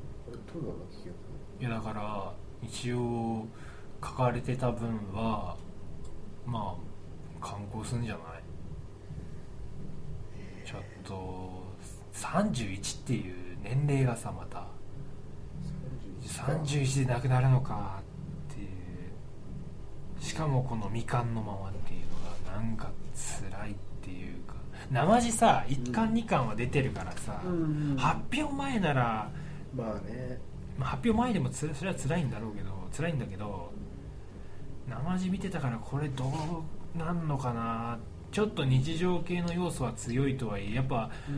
いやだから一応書かれてた分はまあ刊行するんじゃないちょっとさんじゅういちっていう年齢がさまたさんじゅういちで亡くなるのかっていうしかもこの未完のままっていうのがなんか辛いっていうか生地さいっかんにかんは出てるからさ、うん、発表前ならまあねまあ、発表前でもつそれは辛いんだろうけど辛いんだけど生地見てたからこれどうなんのかなちょっと日常系の要素は強いとはいえやっぱ、うん、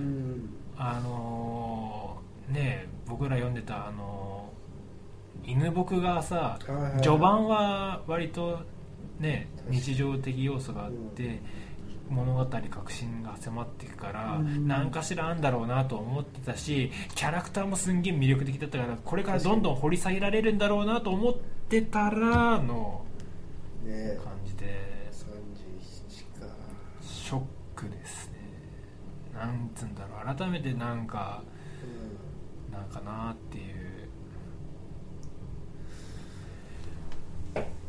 あのー、ね僕ら読んでたあのー、犬僕がさ、はいはいはい、序盤は割とね日常的要素があって、うん物語革新が迫っていくから何かしらあんだろうなと思ってたしキャラクターもすんげえ魅力的だったからこれからどんどん掘り下げられるんだろうなと思ってたらの感じでさんじゅうななかショックですねなんつうんだろう改めてなんかなんかなっていう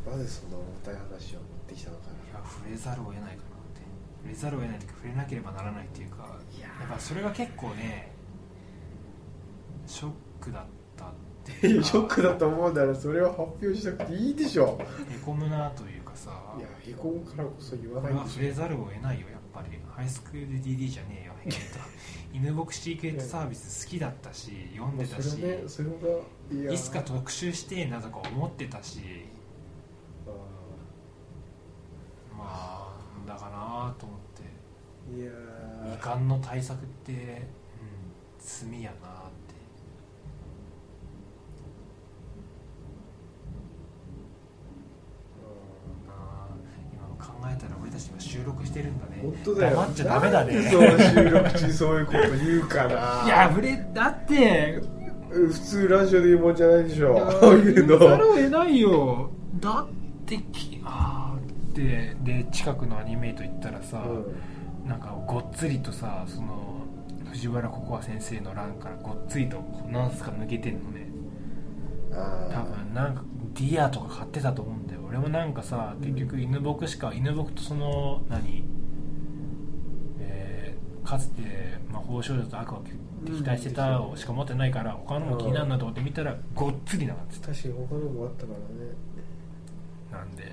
なぜそんな重たい話を持ってきたのかな。 いや触れざるを得ないかなって、触れざるを得ないというか触れなければならないっていうか、いややっぱそれが結構ねショックだったっていうかショックだと思うんだらそれは発表しなくていいでしょ。 へこむなというかさ、 いやへこむからこそ言わこれはないんでしょ。 触れざるを得ないよやっぱり。ハイスクール ディーディー じゃねえよ犬牧シークレットサービス好きだったし読んでたし、 それね、それがいやいつか特集してえなとか思ってたし、 あまあだかなと思って、 いや未完の対策って、うん、罪やなって。考えたら俺たち今収録してるんだね。 本当だよ。 黙っちゃダメだね。 そう収録中そういうこと言うかな。 いや触れだって普通ラジオで言うもんじゃないでしょ。 言うざるを得ないよ。だってきあーってで近くのアニメイト行ったらさ、うん、なんかごっつりとさその藤原ココア先生の欄からごっつりと何すか抜けてんのね。 あ多分なんかディアとか買ってたと思うんだよ。俺もなんかさ結局犬牧しか犬牧とその何、えー、かつて魔法少女と悪魔を敵対してたをしか持ってないから他のも気になるなと思って見たらごっつりなかった。 確かに他のもあったからね。 なんで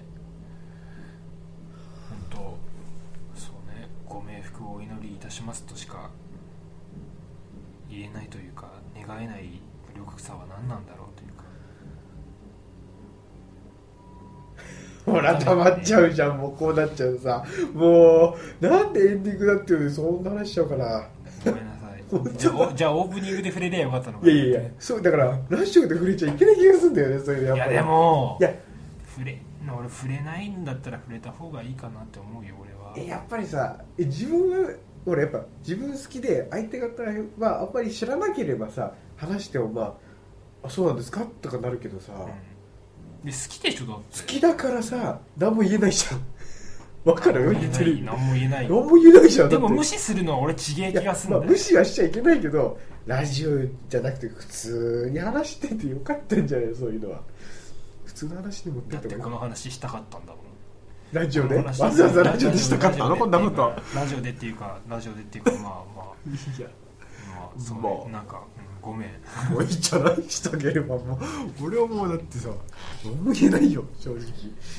本当そうね、ご冥福をお祈りいたしますとしか言えないというか願えない無力さは何なんだろうというか。 ほら溜まっちゃうじゃん。もうこうなっちゃうさ、もうなんでエンディングだっていうのにそんな話しちゃうかな。 ごめんなさい。じゃあ、じゃあオープニングで触れりゃよかったのか。 いやいやいや、そうだからラジオで触れちゃいけない気がするんだよね。それでやっぱり。 いやでもいや触れ俺触れないんだったら触れた方がいいかなって思うよ俺は。 えやっぱりさ、え自分が俺やっぱ自分好きで相手方はあんまり知らなければさ話してもまああそうなんですかとかなるけどさ、うんで好きでしょだって好きだからさ何も言えないじゃん。分かるよ言ってる。 何も言えない。 何も言えないじゃん。 でも無視するのは俺ちげえ気がするんだよ。 まあ、無視はしちゃいけないけどラジオじゃなくて普通に話しててよかったんじゃない。そういうのは普通の話で持ってってだってこの話したかったんだもん。 ラジオでわざわざラジオでしたかったあのこんなこと。 ラジオでっていうかラジオでっていうかまあまあいやまあそうもうなんか、うん、ごめんもういいじゃないしてあげればもう俺はもうだってさ何も言えないよ正直。うん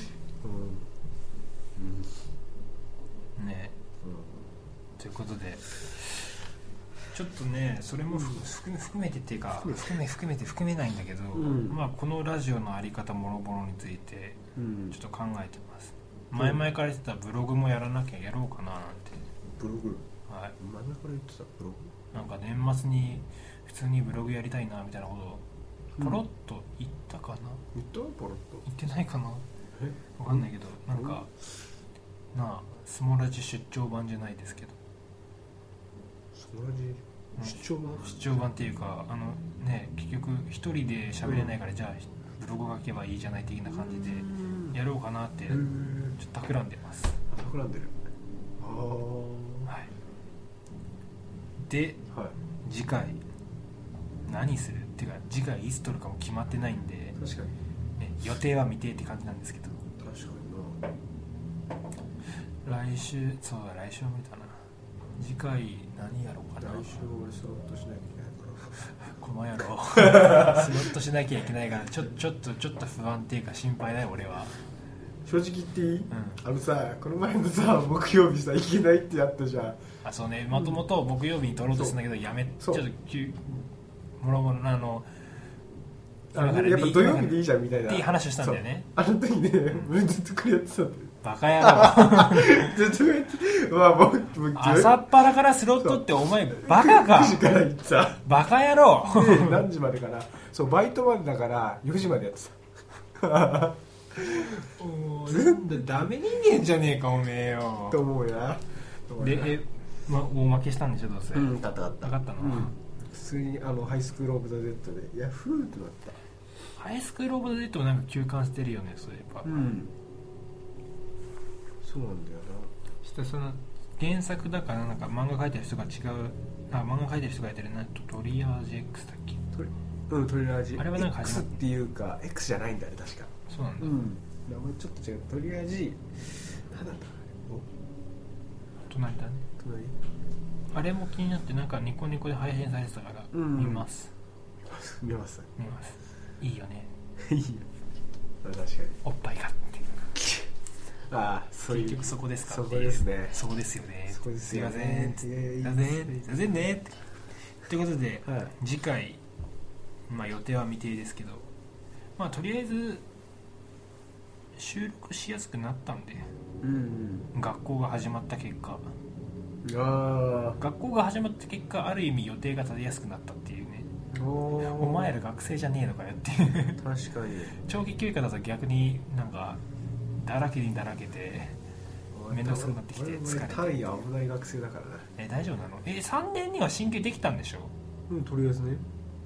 うんね、うん、ということでちょっとねそれも含め、含めてっていうか含め含めて含めないんだけど、うん、まあこのラジオのあり方もろもろについてちょっと考えてます、うん、前々から言ってたブログもやらなきゃやろうかななんて。 ブログはい前々から言ってたブログなんか年末に普通にブログやりたいなみたいなことポロッと言ったかな、 言ったポロッと言ってないかなわかんないけどなんかなあスモラジ出張版じゃないですけどスモラジ出張版、 うん、出張版っていうかあのね結局一人で喋れないから、うん、じゃあブログ書けばいいじゃない的な感じでやろうかなってちょっと企んでます。 企んでる。ああはいで、はい、次回何するっていうか次回いつ撮るかも決まってないんで確かに、 ね、予定は未定って感じなんですけど確かにな来週そうだ来週は無理だな。次回何やろうかな。 来週俺スロットしなきゃいけないからこの野郎スロットしなきゃいけないからちょ、ちょっとちょっと不安っていうか心配だよ俺は。 正直言っていい、うん、あのさこの前のさ木曜日さ行けないってやったじゃん。 あそうねもともと木曜日に撮ろうとしたんだけどやめちょっと急もろもろあのあのやっぱ土曜日でいいじゃんみたいなっていう話をしたんだよね。 あの時ね、うん、ずっとこれやってたんだよ。 バカ野郎ずっとやってまあもう朝っぱらからスロットってお前バカか。 くじから行ってさバカ野郎で何時までかなそうバイトまでだからよじまでやってたおーダメ人間じゃねえかおめえよと思うやでえ、ま、大負けしたんでしょどうせ。 うん勝った勝った勝ったの、うん、 普通にあのハイスクールオブザ・ゼットでヤフーってなった。 ハイスクールオブザ・ゼットもなんか休刊してるよねそういえば。 うんそうなんだよな。 したその原作だからなんか漫画描いてる人が違うあ漫画描いてる人がやってるなんとトリアージ X だっけ。 うんトリアージあれはなんか X っていうか X じゃないんだよね確か。 そうなんだ、 うん、 名前ちょっと違う。とりあえず何だった隣だね。 隣あれも気になって、なんかニコニコで配信されてたから見ます、 うん、見ます見ます。いいよね。 いいよ。確かにおっぱいがってああ、そういう結局そこですか。 そこですね。 そこですよね。 そこですよね。 すいませんすいませんすいませんねってということで、はい、次回、まあ、予定は未定ですけど、まあとりあえず収録しやすくなったんで、うんうん、学校が始まった結果、あ学校が始まった結果、ある意味予定が立てやすくなったっていうね。お, お前ら学生じゃねえのかよっていう。 確かに長期休暇だと逆になんかだらけにだらけて面倒くさくなってきて疲れて、 単位危ない学生だからね。 え大丈夫なの？えさんねんには進級できたんでしょ？ うん、とりあえずね。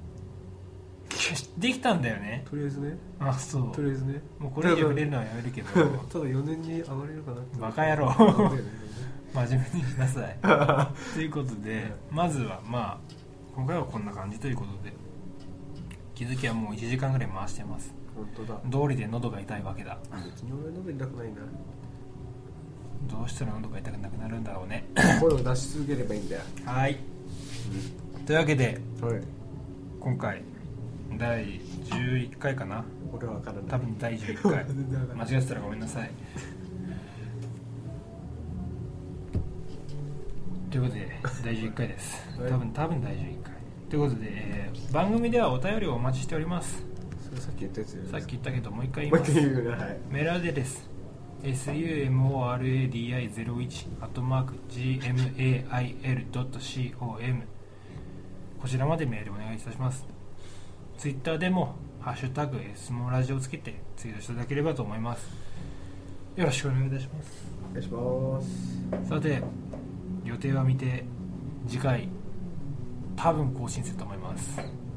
できたんだよね。 とりあえずね。 あ、そう。 とりあえずね。 もうこれ以上触れるのはやめるけどただよねんに上がれるかなって。 バカ野郎真面目にしなさいということで、まずはまあ今回はこんな感じということで、気づきはもういちじかんぐらい回してます。 本当だ。 道理で喉が痛いわけだ。 別に俺は喉痛くないな。 どうしたら喉が痛くなくなるんだろうね声を出し続ければいいんだよ。 はい、うん、というわけで、 はい、 今回だいじゅういっかいかな。 俺は分からない。 多分だいじゅういっかい間違ってたらごめんなさいということでだいじゅういっかいです、はい、多分多分だいじゅういっかいということで、えー、番組ではお便りをお待ちしております。 それさっき言ったやつよね。 さっき言ったけどもう一回言います。 もう一回言うな、はい、 メールアドレス エスユーエムオーアールエーディーアイゼロいち アットマーク ジーエムエーアイエルドットコム こちらまでメールお願いいたします。ツイッターでもハッシュタグエスモラジをつけてツイートしていただければと思います。よろしくお願いいたします。 お願いします。 さて予定は見て次回多分更新すると思います。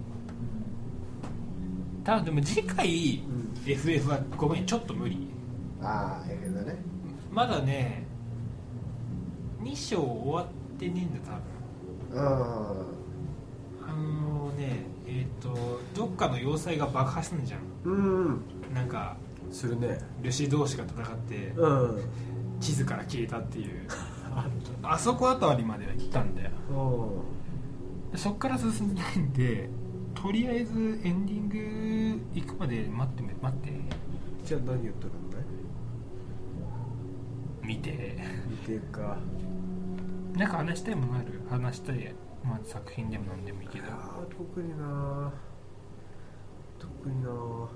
多分でも次回、うん、エフエフ はごめんちょっと無理。 ああ エフエフ だね。 まだねに章終わってねえんだ多分。ああのねえっ、ー、とどっかの要塞が爆破するんじゃん。うんなんかするね。 ルシ同士が戦って、うん、地図から消えたっていうあそこあたりまでは行ったんだよ。そっから進んでないんで、とりあえずエンディング行くまで待って待って。 じゃあ何言っとるんだい？ 見て見てか。 なんか話したいものある？話したい、まあ、作品でも何でもいいけど。 あ特にな特にな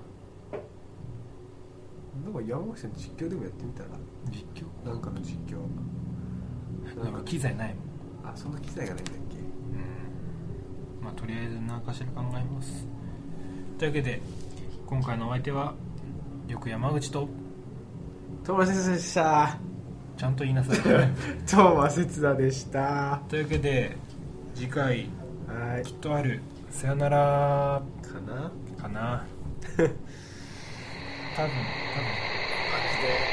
なんか山口さん実況でもやってみたら。 実況？ なんかの実況なんか機材ないもん。あ、そんな機材がないんだっけ。 うんまあとりあえず何かしら考えます。というわけで今回のお相手はよく山口とトーマセツでした。 ちゃんと言いなさいトーマセツダでした。 というわけで次回はいきっとある。さよならかなかな多分多分マジで